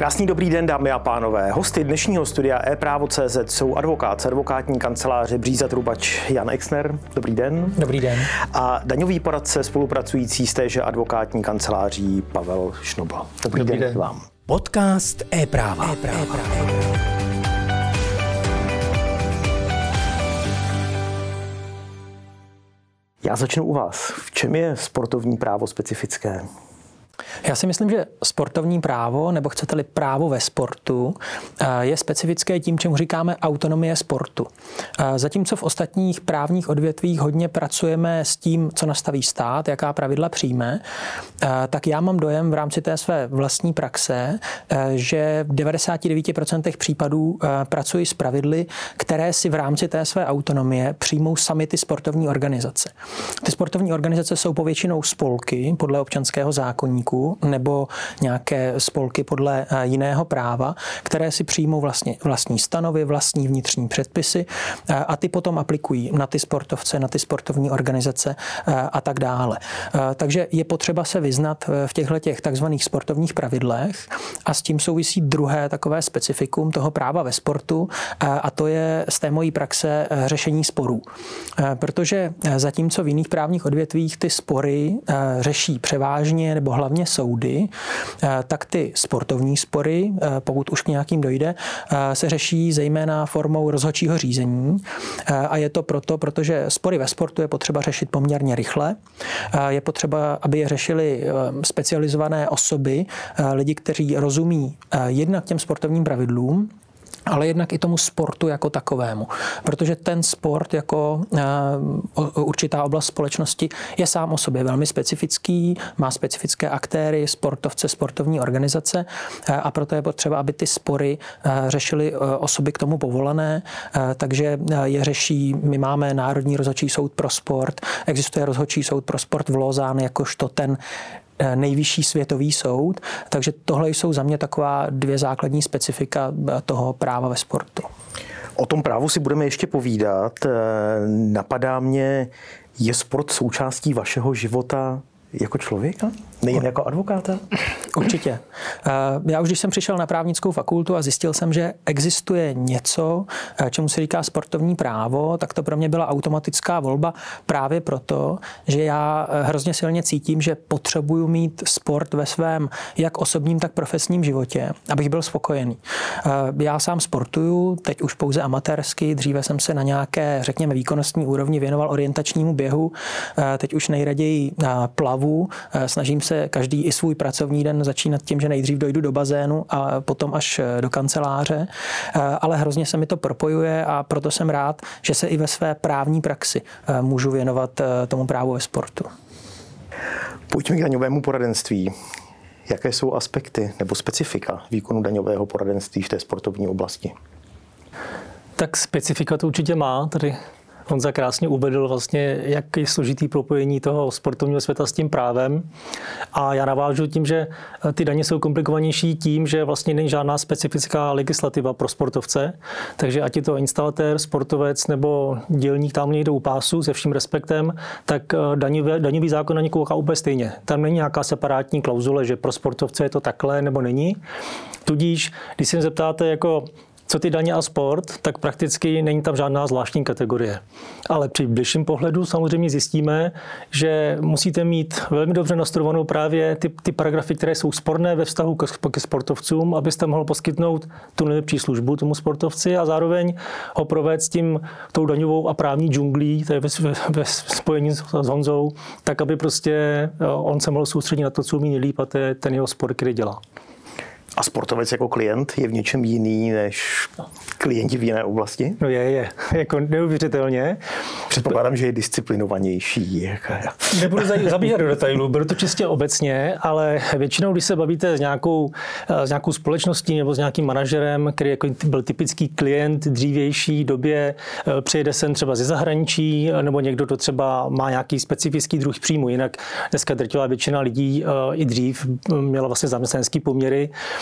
Krásný dobrý den, dámy a pánové. Hosty dnešního studia ePrávo.cz jsou advokát z advokátní kanceláře Bříza Trubač Jan Exner. Dobrý den. Dobrý den. A daňový poradce spolupracující s téže advokátní kanceláří Pavel Šnobl. Dobrý den vám. Podcast ePráva. Já začnu u vás. V čem je sportovní právo specifické? Já si myslím, že sportovní právo, nebo chcete-li právo ve sportu, je specifické tím, čemu říkáme autonomie sportu. Zatímco v ostatních právních odvětvích hodně pracujeme s tím, co nastaví stát, jaká pravidla přijme, tak já mám dojem v rámci té své vlastní praxe, že v 99% případů pracuji s pravidly, které si v rámci té své autonomie přijmou sami ty sportovní organizace. Ty sportovní organizace jsou povětšinou spolky podle občanského zákoníku nebo nějaké spolky podle jiného práva, které si přijmou vlastní stanovy, vlastní vnitřní předpisy a ty potom aplikují na ty sportovce, na ty sportovní organizace a tak dále. Takže je potřeba se vyznat v těchto takzvaných sportovních pravidlech a s tím souvisí druhé takové specifikum toho práva ve sportu a to je z té mojí praxe řešení sporů. Protože zatímco v jiných právních odvětvích ty spory řeší převážně nebo hlavně soudy, tak ty sportovní spory, pokud už k nějakým dojde, se řeší zejména formou rozhodčího řízení. A je to protože spory ve sportu je potřeba řešit poměrně rychle. Je potřeba, aby je řešili specializované osoby, lidi, kteří rozumí jednak těm sportovním pravidlům, ale jednak i tomu sportu jako takovému. Protože ten sport jako určitá oblast společnosti je sám o sobě velmi specifický, má specifické aktéry, sportovce, sportovní organizace a proto je potřeba, aby ty spory řešily osoby k tomu povolané, takže je řeší, my máme Národní rozhodčí soud pro sport, existuje rozhodčí soud pro sport v Lausanne jakožto ten nejvyšší světový soud, takže tohle jsou za mě taková dvě základní specifika toho práva ve sportu. O tom právu si budeme ještě povídat. Napadá mě, je sport součástí vašeho života jako člověka? Nejen jako advokáta? Určitě. Já už když jsem přišel na právnickou fakultu a zjistil jsem, že existuje něco, čemu se říká sportovní právo, tak to pro mě byla automatická volba právě proto, že já hrozně silně cítím, že potřebuju mít sport ve svém jak osobním, tak profesním životě, abych byl spokojený. Já sám sportuju, teď už pouze amatérsky, dříve jsem se na nějaké, řekněme, výkonnostní úrovni věnoval orientačnímu běhu, teď už nejraději plavu, snažím se každý i svůj pracovní den začínat tím, že nejdřív dojdu do bazénu a potom až do kanceláře, ale hrozně se mi to propojuje a proto jsem rád, že se i ve své právní praxi můžu věnovat tomu právu ve sportu. Pojďme k daňovému poradenství. Jaké jsou aspekty nebo specifika výkonu daňového poradenství v té sportovní oblasti? Tak specifika to určitě má, tady Honza krásně uvedl vlastně, jak je složitý propojení toho sportovního světa s tím právem. A já navážu tím, že ty daně jsou komplikovanější tím, že vlastně není žádná specifická legislativa pro sportovce. Takže ať je to instalatér, sportovec nebo dělník tam někde u pásu se vším respektem, tak daňový zákon na někoho kouká úplně stejně. Tam není nějaká separátní klauzule, že pro sportovce je to takhle nebo není. Tudíž, když se zeptáte jako co ty daně a sport, tak prakticky není tam žádná zvláštní kategorie. Ale při bližším pohledu samozřejmě zjistíme, že musíte mít velmi dobře nastudovanou právě ty paragrafy, které jsou sporné ve vztahu ke sportovcům, abyste mohl poskytnout tu nejlepší službu tomu sportovci a zároveň ho provést tou daňovou a právní džunglí, to je ve spojení s Honzou, tak aby prostě on se mohl soustředit na to, co umí nejlíp a to je ten jeho sport, který dělá. A sportovec jako klient je v něčem jiný než klienti v jiné oblasti? No je, jako neuvěřitelně. Předpokládám, že je disciplinovanější. Nebudu zabíhat do detailů, beru to čistě obecně, ale většinou, když se bavíte s nějakou společností nebo s nějakým manažerem, který jako byl typický klient v dřívější době, přijede sem třeba ze zahraničí, nebo někdo, kdo třeba má nějaký specifický druh příjmu. Jinak dneska drtivá většina lidí i dřív měla vlastně zaměstnanecké poměry.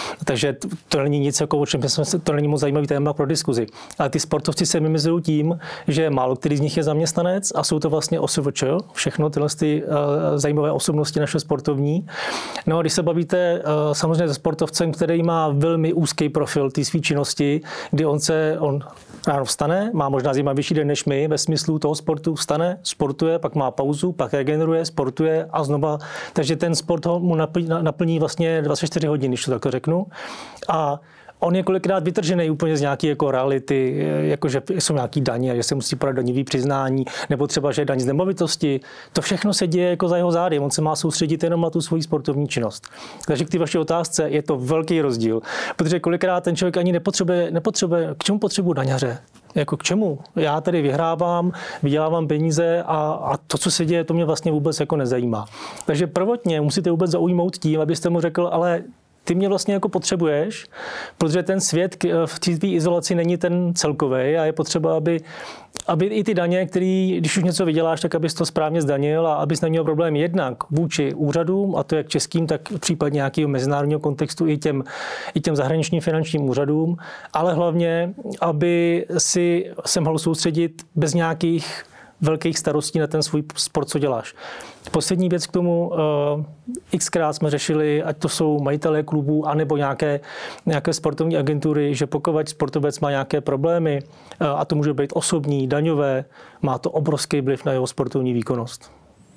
Takže to není nic, jako, o čem to není moc zajímavý téma pro diskuzi. Ale ty sportovci se vymezují tím, že málo který z nich je zaměstnanec a jsou to vlastně OSVČ, všechno tyhle zajímavé osobnosti naše sportovní. No a když se bavíte samozřejmě se sportovcem, který má velmi úzký profil té své činnosti, kdy on ráno vstane, má možná zajímavější den než my, ve smyslu toho sportu vstane, sportuje, pak má pauzu, pak regeneruje, sportuje a znova. Takže ten sport mu naplní vlastně 24 hodin, když to tak řeknu. A on je kolikrát vytržený úplně z nějaké jako reality, jako že jsou nějaký daně, že se musí podat daňový přiznání, nebo třeba, že daň z nemovitosti. To všechno se děje jako za jeho zády. On se má soustředit jenom na tu svoji sportovní činnost. Takže k té vaší otázce je to velký rozdíl, protože kolikrát ten člověk ani nepotřebuje, k čemu potřebuji daňaře? Jako k čemu? Já tady vyhrávám, vydělávám peníze a to, co se děje, to mě vlastně vůbec jako nezajímá. Takže prvotně musíte vůbec zaujmout tím, abyste mu řekl, ale ty mě vlastně jako potřebuješ, protože ten svět v té izolaci není ten celkový a je potřeba, aby i ty daně, který, když už něco vyděláš, tak abys to správně zdanil a abys neměl problém jednak vůči úřadům, a to jak českým, tak případně nějakého mezinárodního kontextu i těm zahraničním finančním úřadům, ale hlavně, aby si se mohl soustředit bez nějakých velkých starostí na ten svůj sport, co děláš. Poslední věc k tomu, xkrát jsme řešili, ať to jsou majitelé klubů, anebo nějaké sportovní agentury, že pokud sportovec má nějaké problémy, a to může být osobní, daňové, má to obrovský vliv na jeho sportovní výkonnost.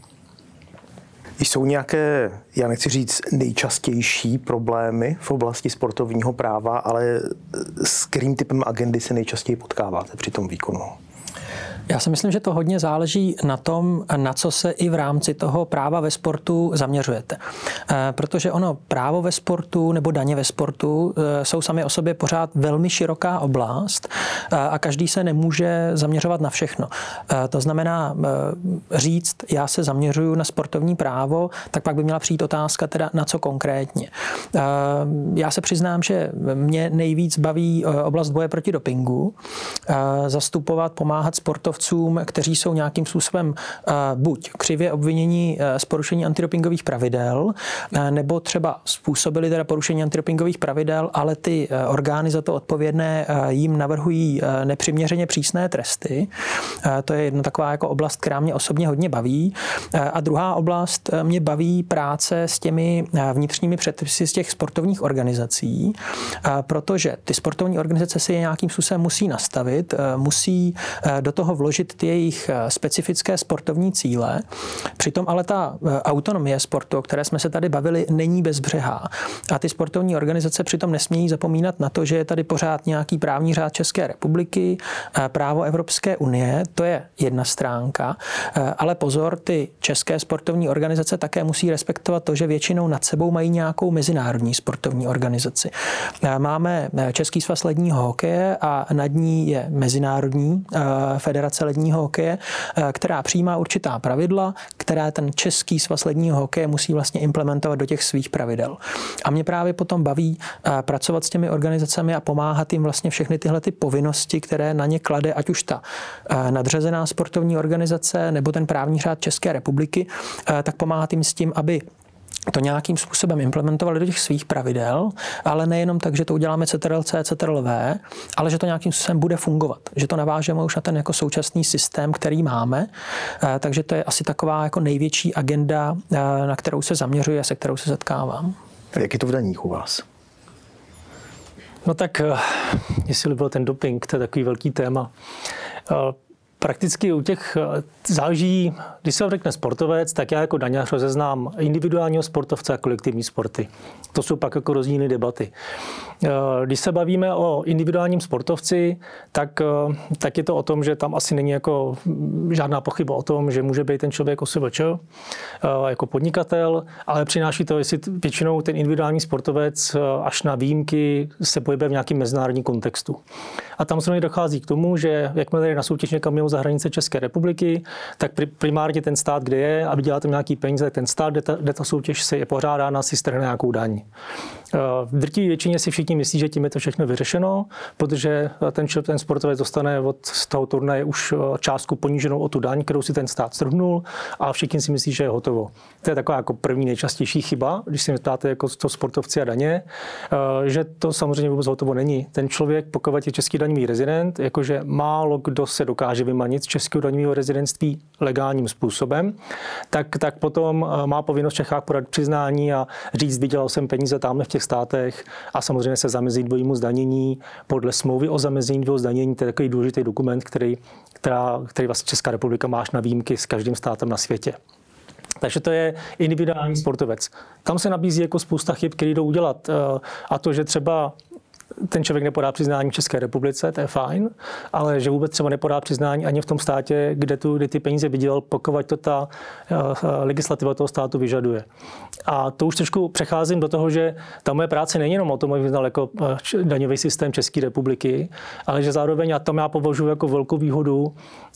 Jsou nějaké, já nechci říct nejčastější problémy v oblasti sportovního práva, ale s kterým typem agendy se nejčastěji potkáváte při tom výkonu? Já si myslím, že to hodně záleží na tom, na co se i v rámci toho práva ve sportu zaměřujete. Protože ono právo ve sportu nebo daně ve sportu jsou sami o sobě pořád velmi široká oblast a každý se nemůže zaměřovat na všechno. To znamená říct, já se zaměřuju na sportovní právo, tak pak by měla přijít otázka teda na co konkrétně. Já se přiznám, že mě nejvíc baví oblast boje proti dopingu, zastupovat, pomáhat sportovcům, kteří jsou nějakým způsobem buď křivě obvinění z porušení antidopingových pravidel, nebo třeba způsobili teda porušení antidopingových pravidel, ale ty orgány za to odpovědné jim navrhují nepřiměřeně přísné tresty. To je jedna taková jako oblast, která mě osobně hodně baví. A druhá oblast mě baví práce s těmi vnitřními předpisy z těch sportovních organizací, protože ty sportovní organizace si je nějakým způsobem musí nastavit, musí do toho vložit ty jejich specifické sportovní cíle. Přitom ale ta autonomie sportu, o které jsme se tady bavili, není bezbřehá. A ty sportovní organizace přitom nesmějí zapomínat na to, že je tady pořád nějaký právní řád České republiky, právo Evropské unie, to je jedna stránka, ale pozor, ty české sportovní organizace také musí respektovat to, že většinou nad sebou mají nějakou mezinárodní sportovní organizaci. Máme Český svaz ledního hokeje a nad ní je Mezinárodní federace ledního hokeje, která přijímá určitá pravidla, která ten Český svaz ledního hokeje musí vlastně implementovat do těch svých pravidel. A mě právě potom baví pracovat s těmi organizacemi a pomáhat jim vlastně všechny tyhle ty povinnosti, které na ně klade, ať už ta nadřazená sportovní organizace nebo ten právní řád České republiky, tak pomáhat jim s tím, aby to nějakým způsobem implementovali do těch svých pravidel, ale nejenom tak, že to uděláme CTRL-C, CTRL-V, ale že to nějakým způsobem bude fungovat. Že to navážeme už na ten jako současný systém, který máme. Takže to je asi taková jako největší agenda, na kterou se zaměřuji a se kterou se setkávám. Jak je to v daních u vás? No tak, jestli byl ten doping, to je takový velký téma. Prakticky u těch záleží, když se řekne sportovec, tak já jako daňař rozeznám individuálního sportovce a kolektivní sporty. To jsou pak jako rozdílné debaty. Když se bavíme o individuálním sportovci, tak je to o tom, že tam asi není jako žádná pochyba o tom, že může být ten člověk OSVČ jako podnikatel, ale přináší to, jestli většinou ten individuální sportovec až na výjimky se pohybuje v nějakém mezinárodním kontextu. A tam se dochází k tomu, že jakmile tady na soutěž někam mimo většinou za hranice České republiky, tak primárně ten stát, kde je, aby dělal tam nějaký peníze, ten stát, kde ta soutěž se je pořádána, si strhne nějakou daň. V drtivé většině si všichni myslí, že tím je to všechno vyřešeno, protože ten sportovec dostane od toho turnaje už částku poníženou o tu daň, kterou si ten stát strhnul, a všichni si myslí, že je hotovo. To je taková jako první nejčastější chyba, když si ptáte jako to sportovci a daně, že to samozřejmě vůbec hotovo není. Ten člověk, pokud je český daňový rezident, jakože málo kdo se dokáže vymanit z českého daňového rezidentství legálním způsobem, tak potom má povinnost v Čechách podat přiznání a říct, vydělal jsem peníze tamhle v těch státech, a samozřejmě se zamezí dvojímu zdanění podle smlouvy o zamezení dvojímu zdanění. To je takový důležitý dokument, který vlastně Česká republika má na výjimky s každým státem na světě. Takže to je individuální sportovec. Tam se nabízí jako spousta chyb, které jdou udělat. A to, že třeba ten člověk nepodá přiznání v České republice, to je fajn, ale že vůbec třeba nepodá přiznání ani v tom státě, kde ty peníze vydělal, pokud to ta legislativa toho státu vyžaduje. A to už trošku přecházím do toho, že ta moje práce není jenom o tom, abych znal jako daňový systém České republiky, ale že zároveň, a tam já považuji jako velkou výhodu,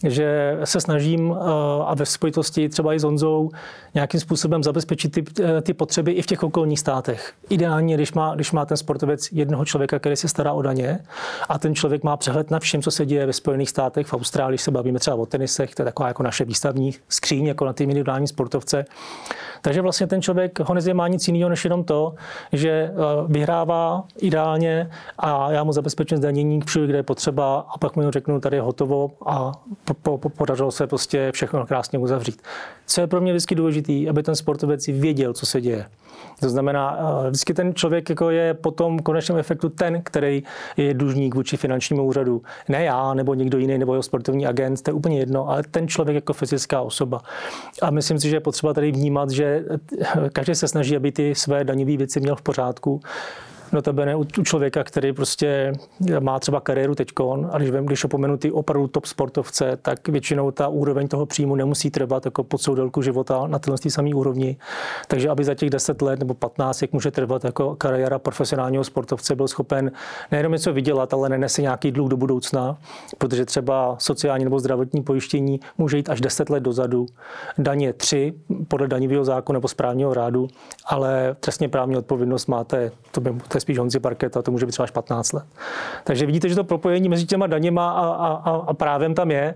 že se snažím a ve spojitosti třeba i s Honzou nějakým způsobem zabezpečit ty potřeby i v těch okolních státech. Ideálně, když má ten sportovec jednoho člověka, který se stará o daně, a ten člověk má přehled nad vším, co se děje ve Spojených státech, v Austrálii, se bavíme třeba o tenisech, to je taková jako naše výstavní skříň, jako na ty individuální sportovce. Takže vlastně ten člověk ho nezajímá nic jiného, než jenom to, že vyhrává ideálně a já mu zabezpečím zdanění všude, kde je potřeba, a pak mu řeknu, tady je hotovo a podařilo se prostě všechno krásně uzavřít. Co je pro mě vždycky důležitý, aby ten sportovec věděl, co se děje. To znamená, vždycky ten člověk jako je po tom konečném efektu ten, který je dlužník vůči finančnímu úřadu. Ne já, nebo někdo jiný, nebo jeho sportovní agent, to je úplně jedno, ale ten člověk jako fyzická osoba. A myslím si, že je potřeba tady vnímat, že každý se snaží, aby ty své daňové věci měl v pořádku. Notabene u člověka, který prostě má třeba kariéru teďkon, a když opomenu ty opravdu top sportovce, tak většinou ta úroveň toho příjmu nemusí trvat jako po celou délku života na této samé úrovni. Takže aby za těch 10 let nebo 15, jak může trvat jako kariéra profesionálního sportovce, byl schopen nejenom něco vydělat, ale nenese nějaký dluh do budoucna, protože třeba sociální nebo zdravotní pojištění může jít až 10 let dozadu. Daně 3 podle daňového zákona nebo správního řádu, ale trestně právní odpovědnost máte, to je spíš Honzi Parketa, to může být třeba až 15 let. Takže vidíte, že to propojení mezi těma daněma a právem tam je,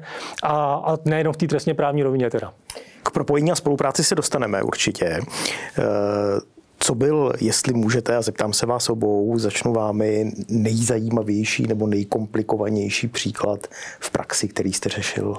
a nejenom v té trestně právní rovině teda. K propojení a spolupráci se dostaneme určitě. Co byl, jestli můžete, a zeptám se vás obou, začnu vámi, nejzajímavější nebo nejkomplikovanější příklad v praxi, který jste řešil?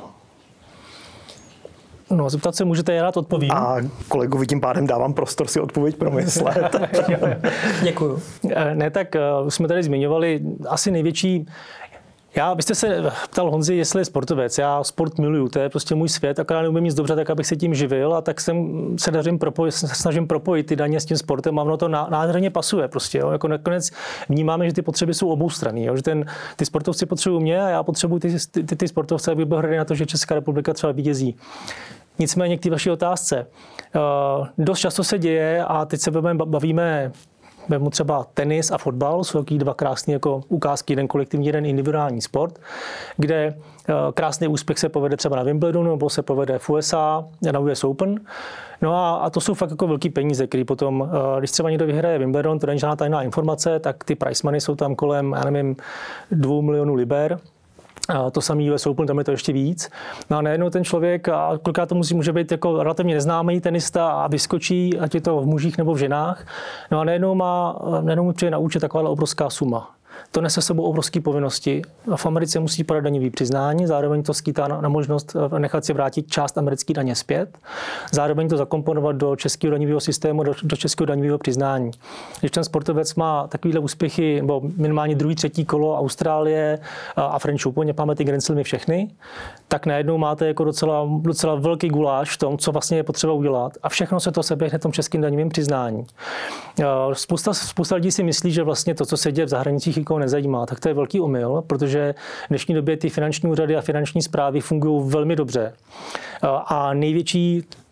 No, zeptat se můžete, já rád odpovím. A kolegovi tím pádem dávám prostor si odpověď promyslet. Děkuju. Ne, tak jsme tady zmiňovali asi největší. Vy jste se ptal Honzi, jestli je sportovec. Já sport miluju, to je prostě můj svět, akorát neumím nic dobře, tak abych se tím živil, a tak snažím propojit ty daně s tím sportem, a ono to nádherně pasuje prostě. Jo. Jako nakonec vnímáme, že ty potřeby jsou oboustranné, že ty sportovci potřebují mě a já potřebuji ty sportovce, aby byl hrdý na to, že Česká republika třeba vítězí. Nicméně k té vaší otázce. Dost často se děje, a teď se bavíme vemu třeba tenis a fotbal, jsou taky dva krásné jako ukázky, jeden kolektivní, jeden individuální sport, kde krásný úspěch se povede třeba na Wimbledonu, nebo se povede v USA, na US Open. No a to jsou fakt jako velký peníze, který potom, když třeba někdo vyhraje Wimbledon, to není žádná tajná informace, tak ty prize money jsou tam kolem, 2 milionů liber. A to samý US Open, tam je to ještě víc. No a najednou ten člověk, a kolikrát to může být jako relativně neznámý tenista, a vyskočí, ať je to v mužích nebo v ženách. No a najednou mu přijde na účet taková obrovská suma. To nese sebou obrovské povinnosti. V Americe musí podat daňový přiznání, zároveň to skýtá na možnost nechat si vrátit část americké daně zpět, zároveň to zakomponovat do českého daňového systému, do českého daňového přiznání. Když ten sportovec má takovéhle úspěchy, nebo minimálně druhý, třetí kolo Austrálie a French Open, máme ty Grand Slamy všechny, tak najednou máte jako docela velký guláš v tom, co vlastně je potřeba udělat, a všechno se to seběhne v tom českém daňovém přiznání. Spousta lidí si myslí, že vlastně to, co se děje v zahraničích, nikoho nezajímá, tak to je velký omyl, protože v dnešní době ty finanční úřady a finanční správy fungují velmi dobře. A největší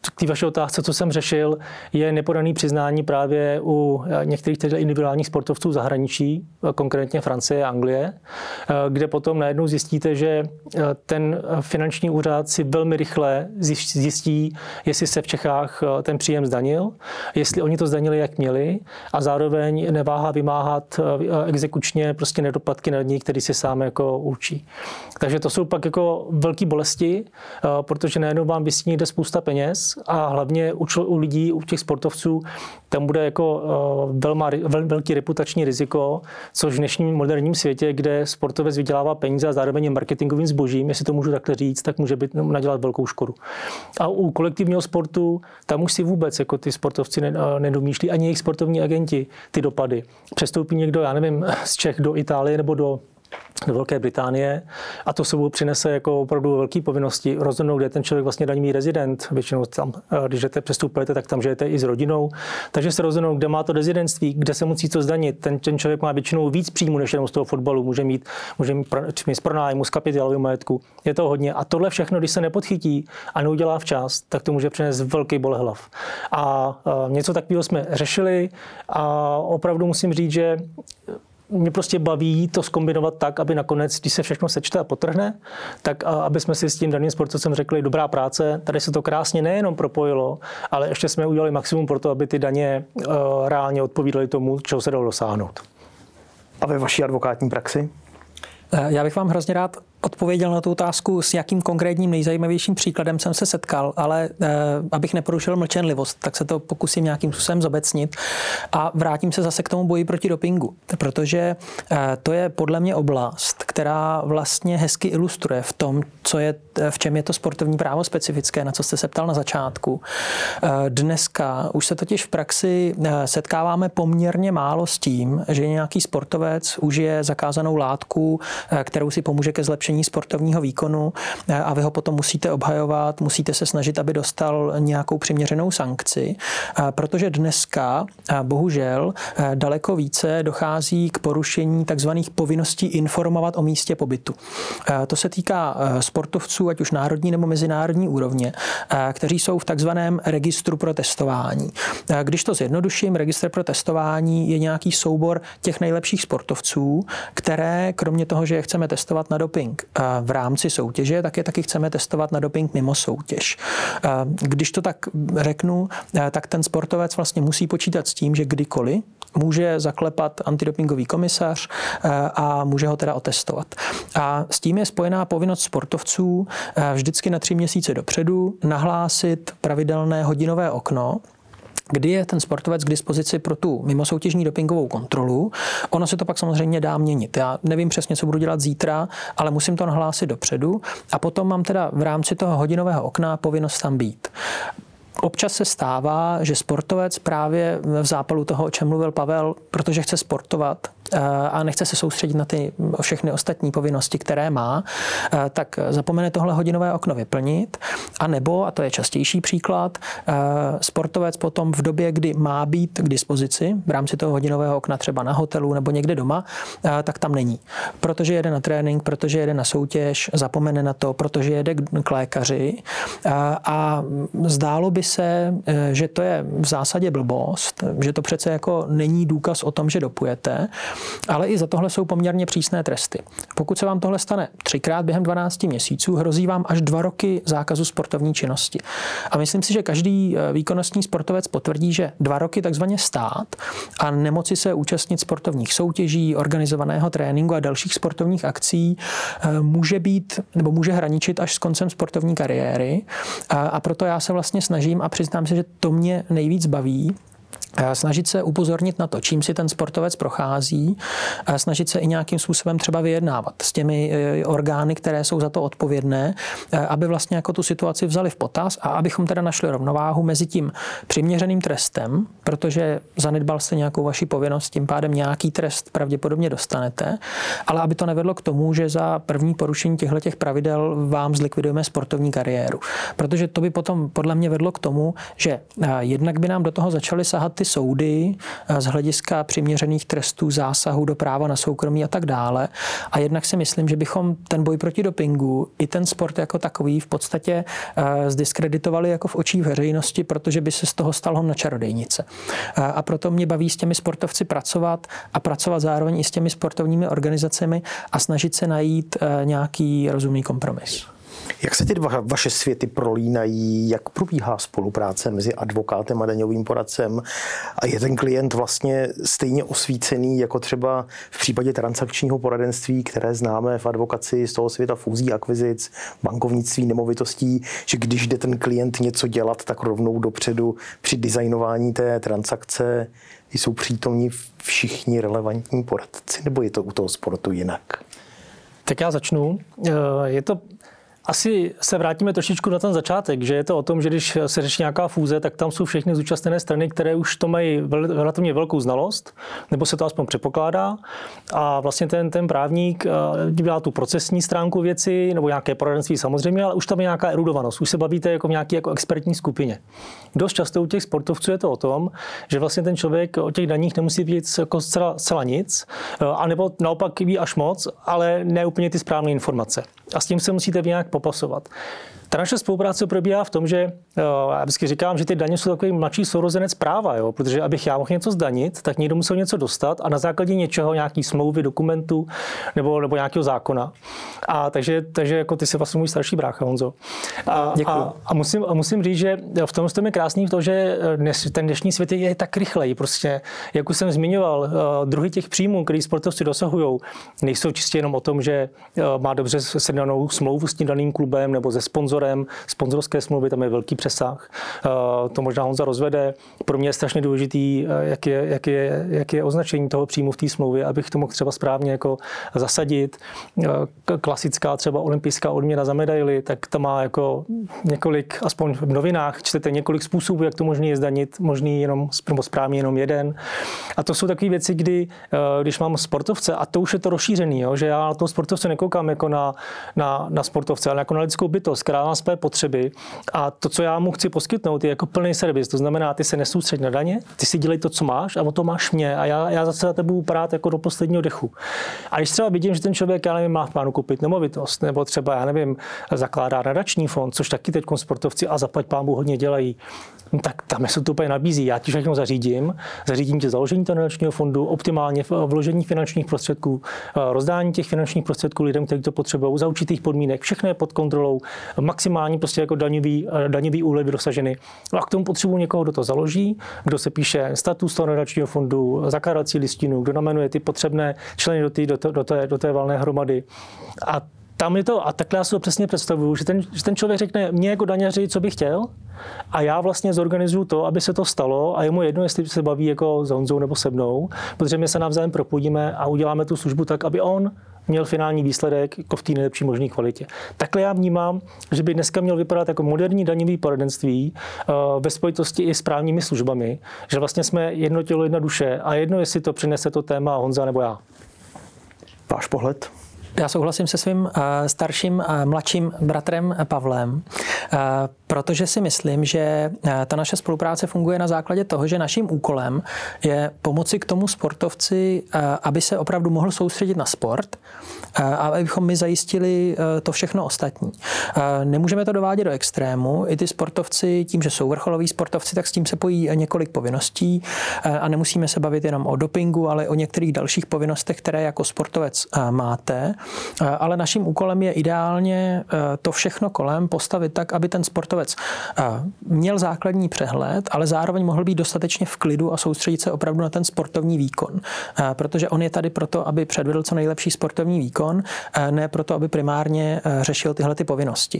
k té vaší otázce, co jsem řešil, je nepodaný přiznání právě u některých individuálních sportovců v zahraničí, konkrétně Francie a Anglie, kde potom najednou zjistíte, že ten finanční úřad si velmi rychle zjistí, jestli se v Čechách ten příjem zdanil, jestli oni to zdanili, jak měli, a zároveň neváhá vymáhat exekučně prostě nedoplatky na ní, který si sám jako určí. Takže to jsou pak jako velké bolesti, protože najednou vám vysí někde spousta peněz a hlavně u lidí, u těch sportovců, tam bude jako velký reputační riziko, což v dnešním moderním světě, kde sportovec vydělává peníze a zároveň je marketingovým zbožím, jestli to můžu takhle říct, tak může nadělat velkou škodu. A u kolektivního sportu, tam už si vůbec jako ty sportovci nedomýšlí, ani jejich sportovní agenti ty dopady. Přestoupí někdo, já nevím, z Čech do Itálie nebo do Velké Británie a to sebou přinese jako opravdu velké povinnosti rozhodnout, kde je ten člověk vlastně daňový rezident. Většinou tam, když jdete přestupujete, tak tam žijete i s rodinou. Takže se rozhodnou, kde má to rezidentství, kde se musí to zdanit. Ten člověk má většinou víc příjmu než jenom z toho fotbalu. Může mít z pronájmu, z kapitálového majetku. Je to hodně. A tohle všechno, když se nepodchytí a neudělá včas, tak to může přinést velký bolehlav. A něco takového jsme řešili a opravdu musím říct, že mě prostě baví to zkombinovat tak, aby nakonec, když se všechno sečte a potrhne, tak aby jsme si s tím daným sportovcem řekli, dobrá práce, tady se to krásně nejenom propojilo, ale ještě jsme udělali maximum pro to, aby ty daně reálně odpovídaly tomu, čeho se dalo dosáhnout. A ve vaší advokátní praxi? Já bych vám hrozně rád odpověděl na tu otázku, s jakým konkrétním nejzajímavějším příkladem jsem se setkal, ale abych neporušil mlčenlivost, tak se to pokusím nějakým způsobem zobecnit a vrátím se zase k tomu boji proti dopingu, protože to je podle mě oblast, která vlastně hezky ilustruje v tom, v čem je to sportovní právo specifické, na co jste se ptal na začátku. Dneska už se totiž v praxi setkáváme poměrně málo s tím, že nějaký sportovec užije zakázanou látku, kterou si pomůže ke zlepšení sportovního výkonu a vy ho potom musíte obhajovat, musíte se snažit, aby dostal nějakou přiměřenou sankci, protože dneska bohužel daleko více dochází k porušení takzvaných povinností informovat o místě pobytu. To se týká sportovců, ať už národní nebo mezinárodní úrovně, kteří jsou v takzvaném registru pro testování. Když to zjednoduším, registr pro testování je nějaký soubor těch nejlepších sportovců, které kromě toho, že je chceme testovat na doping v rámci soutěže, tak je taky chceme testovat na doping mimo soutěž. Když to tak řeknu, tak ten sportovec vlastně musí počítat s tím, že kdykoliv může zaklepat antidopingový komisař a může ho teda otestovat. A s tím je spojená povinnost sportovců vždycky na 3 měsíce dopředu nahlásit pravidelné hodinové okno, kdy je ten sportovec k dispozici pro tu mimosoutěžní dopingovou kontrolu. Ono se to pak samozřejmě dá měnit. Já nevím přesně, co budu dělat zítra, ale musím to nahlásit dopředu a potom mám teda v rámci toho hodinového okna povinnost tam být. Občas se stává, že sportovec právě v zápalu toho, o čem mluvil Pavel, protože chce sportovat a nechce se soustředit na ty všechny ostatní povinnosti, které má, tak zapomene tohle hodinové okno vyplnit. A nebo, a to je častější příklad, sportovec potom v době, kdy má být k dispozici v rámci toho hodinového okna třeba na hotelu nebo někde doma, tak tam není. Protože jede na trénink, protože jede na soutěž, zapomene na to, protože jede k lékaři a zdálo by se, že to je v zásadě blbost, že to přece jako není důkaz o tom, že dopujete, ale i za tohle jsou poměrně přísné tresty. Pokud se vám tohle stane 3krát během 12 měsíců, hrozí vám až 2 roky zákazu sportovní činnosti. A myslím si, že každý výkonnostní sportovec potvrdí, že 2 roky takzvaně stát a nemoci se účastnit sportovních soutěží, organizovaného tréninku a dalších sportovních akcí může být nebo může hraničit až s koncem sportovní kariéry. A proto já se vlastně snažím a přiznám se, že to mě nejvíc baví, snažit se upozornit na to, čím si ten sportovec prochází, snažit se i nějakým způsobem třeba vyjednávat s těmi orgány, které jsou za to odpovědné, aby vlastně jako tu situaci vzali v potaz a abychom teda našli rovnováhu mezi tím přiměřeným trestem, protože zanedbal jste nějakou vaši povinnost, tím pádem nějaký trest pravděpodobně dostanete, ale aby to nevedlo k tomu, že za první porušení těchto pravidel vám zlikvidujeme sportovní kariéru. Protože to by potom podle mě vedlo k tomu, že jednak by nám do toho začaly sahat ty ty soudy z hlediska přiměřených trestů, zásahů do práva na soukromí a tak dále. A jednak si myslím, že bychom ten boj proti dopingu i ten sport jako takový v podstatě zdiskreditovali jako v očích veřejnosti, protože by se z toho stalo na čarodejnice. A proto mě baví s těmi sportovci pracovat a pracovat zároveň i s těmi sportovními organizacemi a snažit se najít nějaký rozumný kompromis. Jak se ty vaše světy prolínají, jak probíhá spolupráce mezi advokátem a daňovým poradcem a je ten klient vlastně stejně osvícený jako třeba v případě transakčního poradenství, které známe v advokaci z toho světa fúzí, akvizic, bankovnictví, nemovitostí, že když jde ten klient něco dělat, tak rovnou dopředu při designování té transakce jsou přítomní všichni relevantní poradci, nebo je to u toho sportu jinak? Tak já začnu. Je to Asi se vrátíme trošičku na ten začátek, že je to o tom, že když se řeší nějaká fúze, tak tam jsou všechny zúčastněné strany, které už to mají relativně velkou znalost, nebo se to aspoň předpokládá. A vlastně ten právník dělá tu procesní stránku věci, nebo nějaké poradenství samozřejmě, ale už tam je nějaká erudovanost. Už se bavíte jako v nějaké jako expertní skupině. Dost často u těch sportovců je to o tom, že vlastně ten člověk o těch daních nemusí vědět jako zcela nic, anebo naopak ví až moc, ale ne úplně ty správné informace. A s tím se musíte nějak popasovat. Ta naše spolupráce probíhá v tom, že já vždycky říkám, že ty daně jsou takový mladší sourozenec práva, jo? Protože abych já mohl něco zdanit, tak někdo musel něco dostat a na základě něčeho, nějaký smlouvy, dokumentu nebo nějakého zákona. A takže jako ty jsi vlastně můj starší brácha, Honzo. A musím říct, že v tom je krásný to, že ten dnešní svět je tak rychlej. Prostě, jak už jsem zmiňoval, druhy těch příjmů, který sportovci dosahují, nejsou čistě jenom o tom, že má dobře sjednanou smlouvu s tím daným klubem nebo ze sponzorem, sponzorské smlouvy, tam je velký přesah. To možná Honza rozvede. Pro mě je strašně důležitý, jak je označení toho příjmu v té smlouvě, abych to mohl třeba správně jako zasadit. Klasická třeba olympijská odměna za medaili, tak to má jako několik, aspoň v novinách čtete několik způsobů, jak to možný je zdanit, možný jenom, nebo správně jenom jeden. A to jsou takové věci, kdy, když mám sportovce, a to už je to rozšířený, jo, že já na toho sportovce nekoukám jako na sportovce, ale jako na lidskou bytost, která má své potřeby a to, co já mu chci poskytnout, je jako plný servis. To znamená, ty se nesoustřeď na daně, ty si dělej to, co máš a o to máš mě a já zase na tebe budu prát jako do posledního dechu. A když třeba vidím, že ten člověk, já nevím, má v plánu koupit nemovitost, nebo třeba, já nevím, zakládá nadační fond, což taky teď sportovci a zaplať pánbůh hodně dělají, tak tam se to úplně nabízí. Já ti všechno zařídím ti založení toho nadačního fondu, optimálně vložení finančních prostředků, rozdání těch finančních prostředků lidem, kteří to potřebují, za určitých podmínek, všechno je pod kontrolou, maximální prostě jako daňový úlevy dosaženy. A k tomu potřebuji někoho, kdo to založí, kdo se píše status toho nadačního fondu, zakládací listinu, kdo namenuje ty potřebné členy do té valné hromady. A tam je to, a takhle já si to přesně představuju, že ten člověk řekne mě jako daňaři, co bych chtěl, a já vlastně zorganizuju to, aby se to stalo, a je mu jedno, jestli se baví jako s Honzou nebo se mnou, protože my se navzájem propojíme a uděláme tu službu tak, aby on měl finální výsledek jako v té nejlepší možné kvalitě. Takhle já vnímám, že by dneska měl vypadat jako moderní daňový poradenství ve spojitosti i s právními službami, že vlastně jsme jedno tělo, jedna duše a jedno, jestli to přinese to téma Honza nebo já. Váš pohled? Já souhlasím se svým starším mladším bratrem Pavlem, protože si myslím, že ta naše spolupráce funguje na základě toho, že naším úkolem je pomoci k tomu sportovci, aby se opravdu mohl soustředit na sport a abychom my zajistili to všechno ostatní. Nemůžeme to dovádět do extrému. I ty sportovci, tím, že jsou vrcholoví sportovci, tak s tím se pojí několik povinností a nemusíme se bavit jenom o dopingu, ale o některých dalších povinnostech, které jako sportovec máte. Ale naším úkolem je ideálně to všechno kolem postavit tak, aby ten sportovec měl základní přehled, ale zároveň mohl být dostatečně v klidu a soustředit se opravdu na ten sportovní výkon. Protože on je tady proto, aby předvedl co nejlepší sportovní výkon, ne proto, aby primárně řešil tyhle ty povinnosti.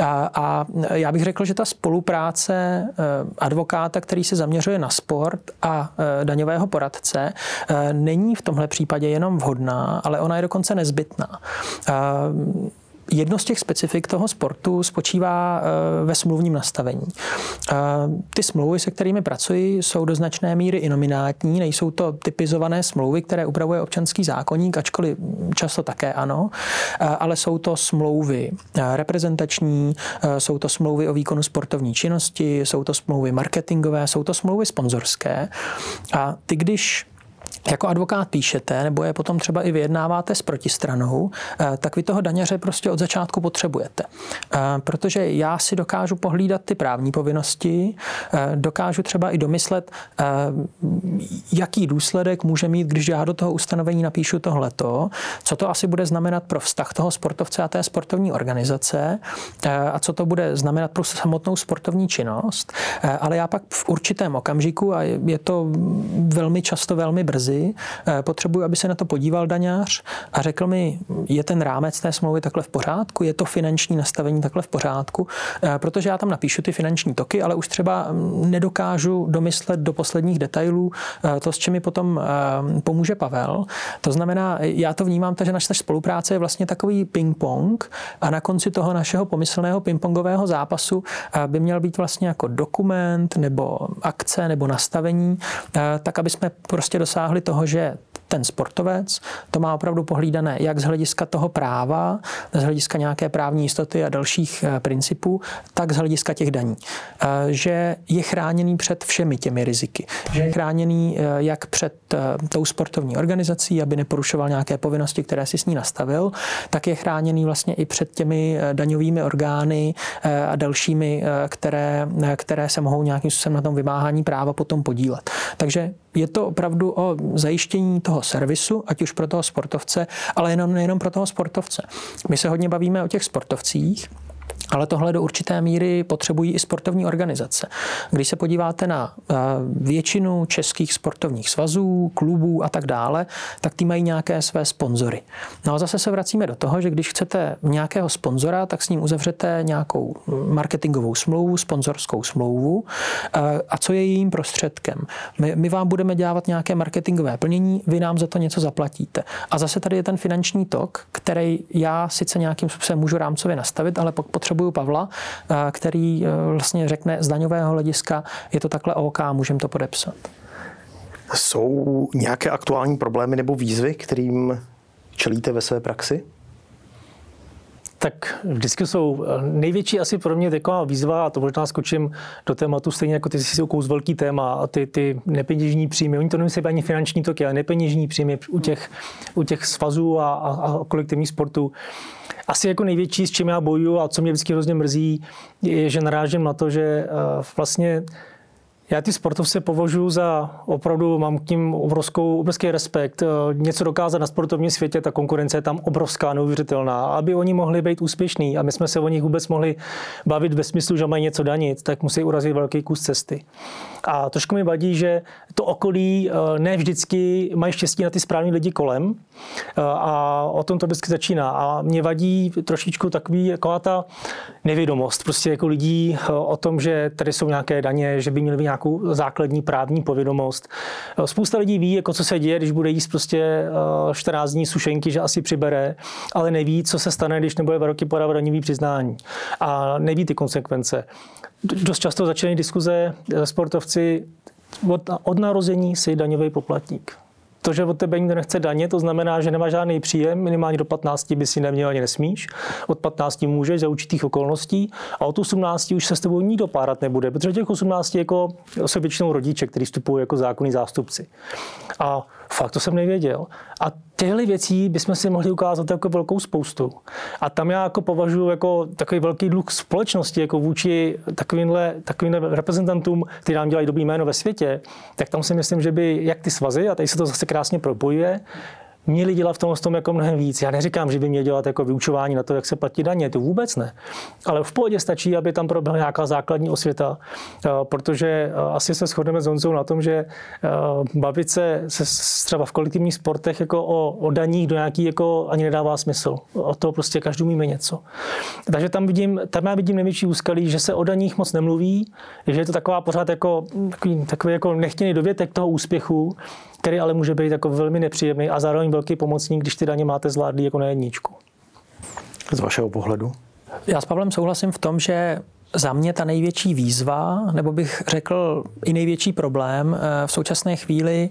A já bych řekl, že ta spolupráce advokáta, který se zaměřuje na sport a daňového poradce, není v tomhle případě jenom vhodná, ale ona je dokonce nezbytná. jedno z těch specifik toho sportu spočívá ve smluvním nastavení. Ty smlouvy, se kterými pracuji, jsou do značné míry i nominátní, nejsou to typizované smlouvy, které upravuje občanský zákoník, ačkoliv často také ano, ale jsou to smlouvy reprezentační, jsou to smlouvy o výkonu sportovní činnosti, jsou to smlouvy marketingové, jsou to smlouvy sponzorské. A ty, když jako advokát píšete, nebo je potom třeba i vyjednáváte s protistranou, tak vy toho daňaře prostě od začátku potřebujete. Protože já si dokážu pohlídat ty právní povinnosti, dokážu třeba i domyslet, jaký důsledek může mít, když já do toho ustanovení napíšu tohleto, co to asi bude znamenat pro vztah toho sportovce a té sportovní organizace a co to bude znamenat pro samotnou sportovní činnost. Ale já pak v určitém okamžiku, a je to velmi často velmi brzy, potřebuji, aby se na to podíval daňář a řekl mi, je ten rámec té smlouvy takhle v pořádku, je to finanční nastavení takhle v pořádku, protože já tam napíšu ty finanční toky, ale už třeba nedokážu domyslet do posledních detailů to, s čím mi potom pomůže Pavel. To znamená, já to vnímám, že naše spolupráce je vlastně takový ping-pong a na konci toho našeho pomyslného ping-pongového zápasu by měl být vlastně jako dokument nebo akce nebo nastavení, tak aby jsme prostě dosáhli toho, že ten sportovec to má opravdu pohlídané jak z hlediska toho práva, z hlediska nějaké právní jistoty a dalších principů, tak z hlediska těch daní. Že je chráněný před všemi těmi riziky. Že je chráněný jak před tou sportovní organizací, aby neporušoval nějaké povinnosti, které si s ní nastavil, tak je chráněný vlastně i před těmi daňovými orgány a dalšími, které se mohou nějakým způsobem na tom vymáhání práva potom podílet. Takže je to opravdu o zajištění toho servisu, ať už pro toho sportovce, ale nejenom pro toho sportovce. My se hodně bavíme o těch sportovcích, ale tohle do určité míry potřebují i sportovní organizace. Když se podíváte na většinu českých sportovních svazů, klubů a tak dále, tak ty mají nějaké své sponzory. No a zase se vracíme do toho, že když chcete nějakého sponzora, tak s ním uzavřete nějakou marketingovou smlouvu, sponzorskou smlouvu. A co je jejím prostředkem? My vám budeme dělat nějaké marketingové plnění, vy nám za to něco zaplatíte. A zase tady je ten finanční tok, který já sice nějakým způsobem můžu rámcově nastavit, ale potřebuju Pavla, který vlastně řekne z daňového hlediska, je to takhle OK, můžeme to podepsat. Jsou nějaké aktuální problémy nebo výzvy, kterým čelíte ve své praxi? Tak vždycky jsou největší asi pro mě taková výzva, a to možná skočím do tématu stejně jako ty jsi ukous velký téma a ty nepeněžní příjmy. Oni to nemyslí ani finanční toky, ale nepeněžní příjmy u těch svazů a kolektivních sportů. Asi jako největší, s čím já bojuju a co mě vždycky hrozně mrzí, je, že narážím na to, že vlastně já ty sportovce považuji za opravdu, mám k ním obrovský respekt. Něco dokázat na sportovním světě, ta konkurence je tam obrovská, neuvěřitelná. Aby oni mohli být úspěšní a my jsme se o nich vůbec mohli bavit ve smyslu, že mají něco danit, tak musí urazit velký kus cesty. A trošku mi vadí, že to okolí ne vždycky mají štěstí na ty správní lidi kolem a o tom to vždycky začíná. A mě vadí trošičku taková ta nevědomost prostě jako lidí o tom, že tady jsou nějaké daně, že by měli nějakou základní právní povědomost. Spousta lidí ví, jako co se děje, když bude jíst prostě 14 dní sušenky, že asi přibere, ale neví, co se stane, když nebude 2 roky podávat daňový přiznání. A neví ty konsekvence. Dost často začínají diskuze sportovci od narození si daňový poplatník. To, že od tebe nikdo nechce daně, to znamená, že nemá žádný příjem, minimálně do 15 by si neměl ani nesmíš. Od 15 můžeš za určitých okolností a od 18 už se s tebou nikdo párat nebude, protože těch 18 jako jsou většinou rodiče, kteří vstupují jako zákonní zástupci. A fakt to jsem nevěděl. A těchto věcí bychom si mohli ukázat jako velkou spoustu. A tam já jako považuji jako takový velký dluh společnosti jako vůči takovýmhle reprezentantům, kteří nám dělají dobrý jméno ve světě, tak tam si myslím, že by jak ty svazy, a tady se to zase krásně propojuje, měli dělat v tom jako mnohem víc. Já neříkám, že by měli dělat jako vyučování na to, jak se platí daně, to vůbec ne. Ale v pohodě stačí, aby tam proběhla nějaká základní osvěta, protože asi se shodneme s Honzou na tom, že bavit se třeba v kolektivních sportech jako o daních do nějaký jako ani nedává smysl. O to prostě každý umíme něco. Takže tam já vidím největší úskalí, že se o daních moc nemluví, že je to taková pořád jako takový jako nechtěný dovětek toho úspěchu, který ale může být jako velmi nepříjemný a zároveň velký pomocník, když ty daně máte zvládlý jako na jedničku. Z vašeho pohledu? Já s Pavlem souhlasím v tom, že za mě ta největší výzva, nebo bych řekl i největší problém v současné chvíli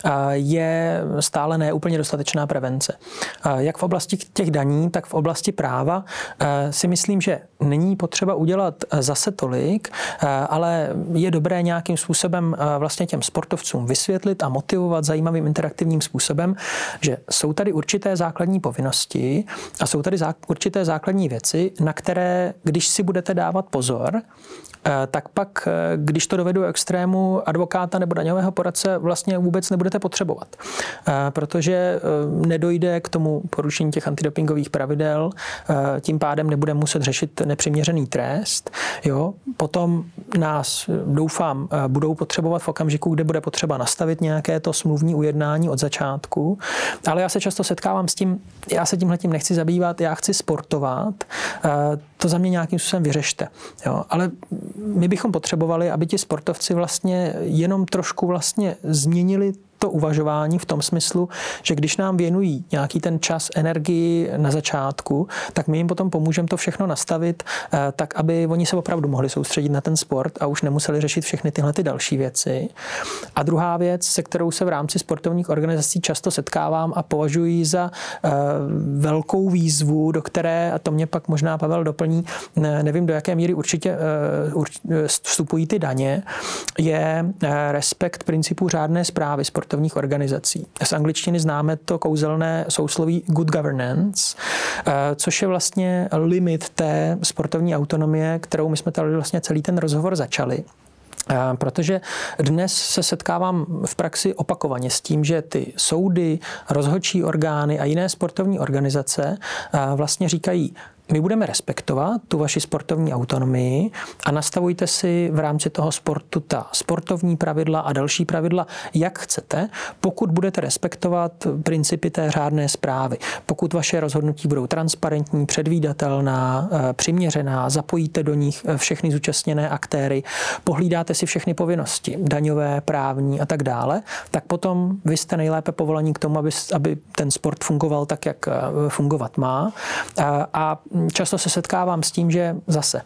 je stále neúplně dostatečná prevence. Jak v oblasti těch daní, tak v oblasti práva si myslím, že není potřeba udělat zase tolik, ale je dobré nějakým způsobem vlastně těm sportovcům vysvětlit a motivovat zajímavým interaktivním způsobem, že jsou tady určité základní povinnosti a jsou tady určité základní věci, na které, když si budete dávat pozor, tak pak, když to dovedu do extrému, advokáta nebo daňového poradce vlastně vůbec nebudete potřebovat. Protože nedojde k tomu porušení těch antidopingových pravidel, tím pádem nebude muset řešit nepřiměřený trest. Jo? Potom nás, doufám, budou potřebovat v okamžiku, kde bude potřeba nastavit nějaké to smluvní ujednání od začátku. Ale já se často setkávám s tím, já se tímhletím nechci zabývat, já chci sportovat, to za mě nějakým způsobem vyřešte. Jo? Ale my bychom potřebovali, aby ti sportovci vlastně jenom trošku vlastně změnili to uvažování v tom smyslu, že když nám věnují nějaký ten čas, energii na začátku, tak my jim potom pomůžeme to všechno nastavit tak, aby oni se opravdu mohli soustředit na ten sport a už nemuseli řešit všechny tyhle ty další věci. A druhá věc, se kterou se v rámci sportovních organizací často setkávám a považuji za velkou výzvu, do které, a to mě pak možná Pavel doplní, nevím, do jaké míry určitě vstupují ty daně, je respekt principů řádné správy sportovních organizací. Z angličtiny známe to kouzelné sousloví good governance, což je vlastně limit té sportovní autonomie, kterou my jsme tady vlastně celý ten rozhovor začali. Protože dnes se setkávám v praxi opakovaně s tím, že ty soudy, rozhodčí orgány a jiné sportovní organizace vlastně říkají, my budeme respektovat tu vaši sportovní autonomii a nastavujte si v rámci toho sportu ta sportovní pravidla a další pravidla, jak chcete, pokud budete respektovat principy té řádné správy. Pokud vaše rozhodnutí budou transparentní, předvídatelná, přiměřená, zapojíte do nich všechny zúčastněné aktéry, pohlídáte si všechny povinnosti, daňové, právní a tak dále, tak potom vy jste nejlépe povolaní k tomu, aby ten sport fungoval tak, jak fungovat má. A často se setkávám s tím, že zase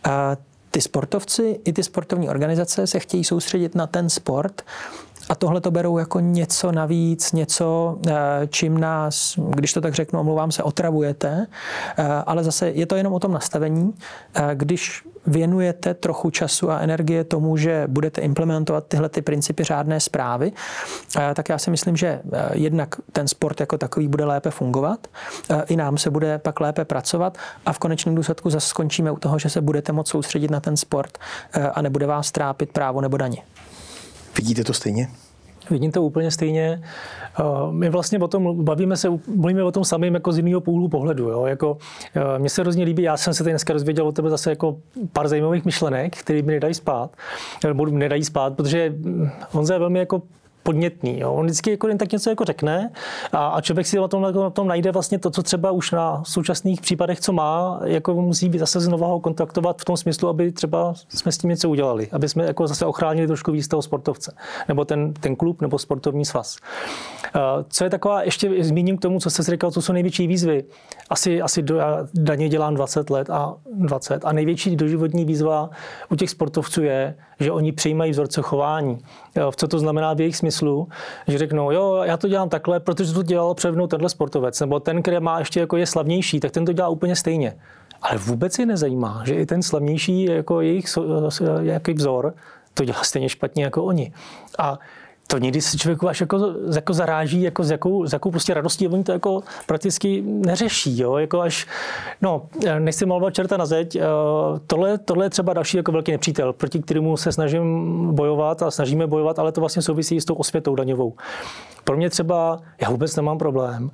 ty sportovci i ty sportovní organizace se chtějí soustředit na ten sport a tohle to berou jako něco navíc, něco, čím nás, když to tak řeknu, omlouvám se, otravujete, ale zase je to jenom o tom nastavení. Když věnujete trochu času a energie tomu, že budete implementovat tyhle ty principy řádné správy, tak já si myslím, že jednak ten sport jako takový bude lépe fungovat, i nám se bude pak lépe pracovat a v konečném důsledku zase skončíme u toho, že se budete moct soustředit na ten sport a nebude vás trápit právo nebo daně. Vidíte to stejně? Vidím to úplně stejně. My vlastně o tom mluvíme o tom samým jako z jiného úhlu pohledu. Jo? Jako, mně se hrozně líbí, já jsem se tady dneska dozvěděl od tebe zase jako pár zajímavých myšlenek, které mi nedají spát, protože Honza je velmi jako podnětný. Jo. On vždycky jako tak něco jako řekne a člověk si na tom najde vlastně to, co třeba už na současných případech, co má, jako musí být zase znovu ho kontaktovat v tom smyslu, aby třeba jsme s tím něco udělali, aby jsme jako zase ochránili trošku víc toho sportovce, nebo ten klub, nebo sportovní svaz. Co je taková, ještě zmíním k tomu, co jste říkal, co jsou největší výzvy. Asi daně dělám 20 let a největší doživotní výzva u těch sportovců je, že oni přijímají vzorce chování. Co to znamená v jejich smyslu, že řeknou, jo, já to dělám takhle, protože to dělal přede mnou tenhle sportovec, nebo ten, který má ještě jako je slavnější, tak ten to dělá úplně stejně. Ale vůbec je nezajímá, že i ten slavnější jako jejich jaký vzor to dělá stejně špatně jako oni. A to někdy se člověku až jako zaráží, jako s jakou prostě radostí oni to jako prakticky neřeší. Jo? Jako až, nechci malovat čerta na zeď, tohle je třeba další jako velký nepřítel, proti kterému se snažíme bojovat, ale to vlastně souvisí s tou osvětou daňovou. Pro mě třeba, já vůbec nemám problém.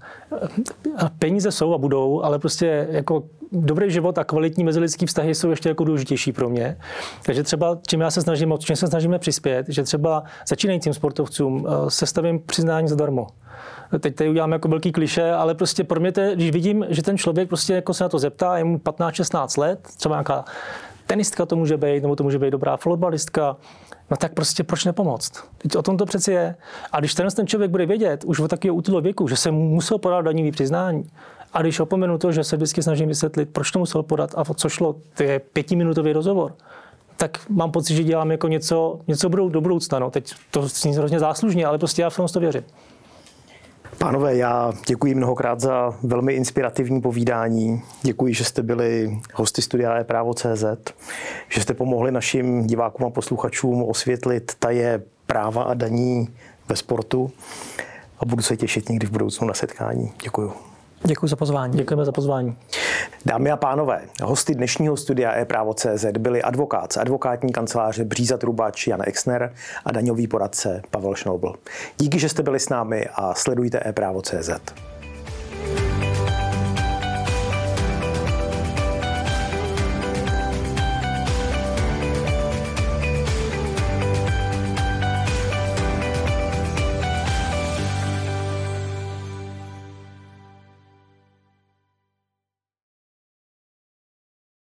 Peníze jsou a budou, ale prostě jako dobrý život a kvalitní mezilidský vztahy jsou ještě jako důležitější pro mě. Takže třeba, čím se snažíme přispět, že třeba začínajícím sportovcům sestavím přiznání zadarmo. Teď tady uděláme jako velký klišé, ale prostě pro mě když vidím, že ten člověk prostě jako se na to zeptá, je mu 15-16 let, třeba nějaká tenistka to může být, nebo to může být dobrá fotbalistka, no tak prostě proč nepomoct? Teď o tom to přeci je. A když ten člověk bude vědět už od takového útlého věku, že se musel podat daňový přiznání A když opomenu to, že se vždycky snažím vysvětlit, proč to musel podat a o co šlo, to je 5minutový rozhovor, tak mám pocit, že dělám jako něco do budoucna. No. Teď to zní hrozně záslužně, ale prostě já v tom to věřím. Pánové, já děkuji mnohokrát za velmi inspirativní povídání. Děkuji, že jste byli hosty studia ePrávo.cz, že jste pomohli našim divákům a posluchačům osvětlit taje práva a daní ve sportu. A budu se těšit někdy v budoucnu na setkání. Děkuji. Děkuji za pozvání. Děkujeme za pozvání. Dámy a pánové, hosty dnešního studia ePrávo.cz byli advokát z advokátní kanceláře Bříza Trubač Jan Exner a daňový poradce Pavel Šnoubl. Díky, že jste byli s námi a sledujte ePrávo.cz.